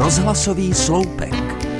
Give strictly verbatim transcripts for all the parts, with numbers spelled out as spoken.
Rozhlasový sloupek.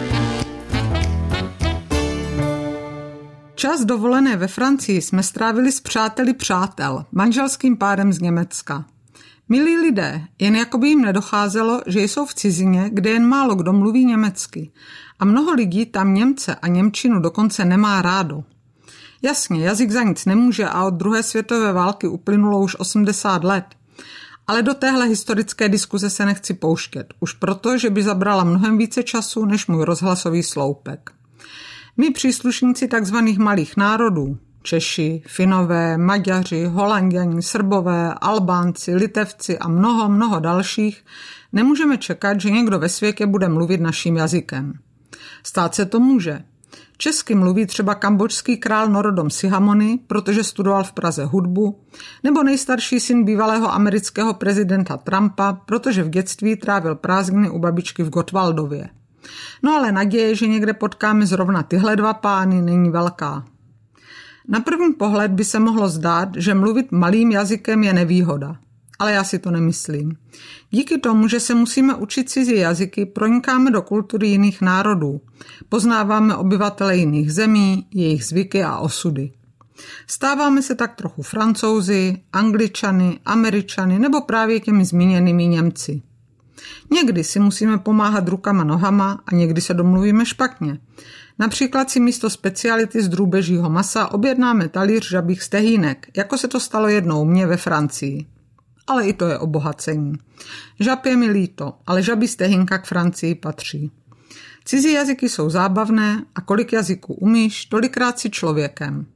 Čas dovolené ve Francii jsme strávili s přáteli přátel, manželským párem z Německa. Milí lidé, jen jakoby jim nedocházelo, že jsou v cizině, kde jen málo kdo mluví německy. A mnoho lidí tam Němce a němčinu dokonce nemá rádo. Jasně, jazyk za nic nemůže a od druhé světové války uplynulo už osmdesát let. Ale do téhle historické diskuze se nechci pouštět, už proto, že by zabrala mnohem více času než můj rozhlasový sloupek. My příslušníci takzvaných malých národů, Češi, Finové, Maďaři, Holanďani, Srbové, Albánci, Litevci a mnoho, mnoho dalších, nemůžeme čekat, že někdo ve světě bude mluvit naším jazykem. Stát se to může. Česky mluví třeba kambodžský král Norodom Sihamony, protože studoval v Praze hudbu, nebo nejstarší syn bývalého amerického prezidenta Trumpa, protože v dětství trávil prázdniny u babičky v Gottwaldově. No ale naděje, že někde potkáme zrovna tyhle dva pány, není velká. Na první pohled by se mohlo zdát, že mluvit malým jazykem je nevýhoda. Ale já si to nemyslím. Díky tomu, že se musíme učit cizí jazyky, pronikáme do kultury jiných národů. Poznáváme obyvatele jiných zemí, jejich zvyky a osudy. Stáváme se tak trochu Francouzi, Angličany, Američany nebo právě těmi zmíněnými Němci. Někdy si musíme pomáhat rukama nohama a někdy se domluvíme špatně. Například si místo speciality z drůbežího masa objednáme talíř žabích stehýnek, jako se to stalo jednou u mě ve Francii. Ale i to je obohacení. Žab je mi líto, ale žabí stehínka k Francii patří. Cizí jazyky jsou zábavné a kolik jazyků umíš, tolikrát si člověkem.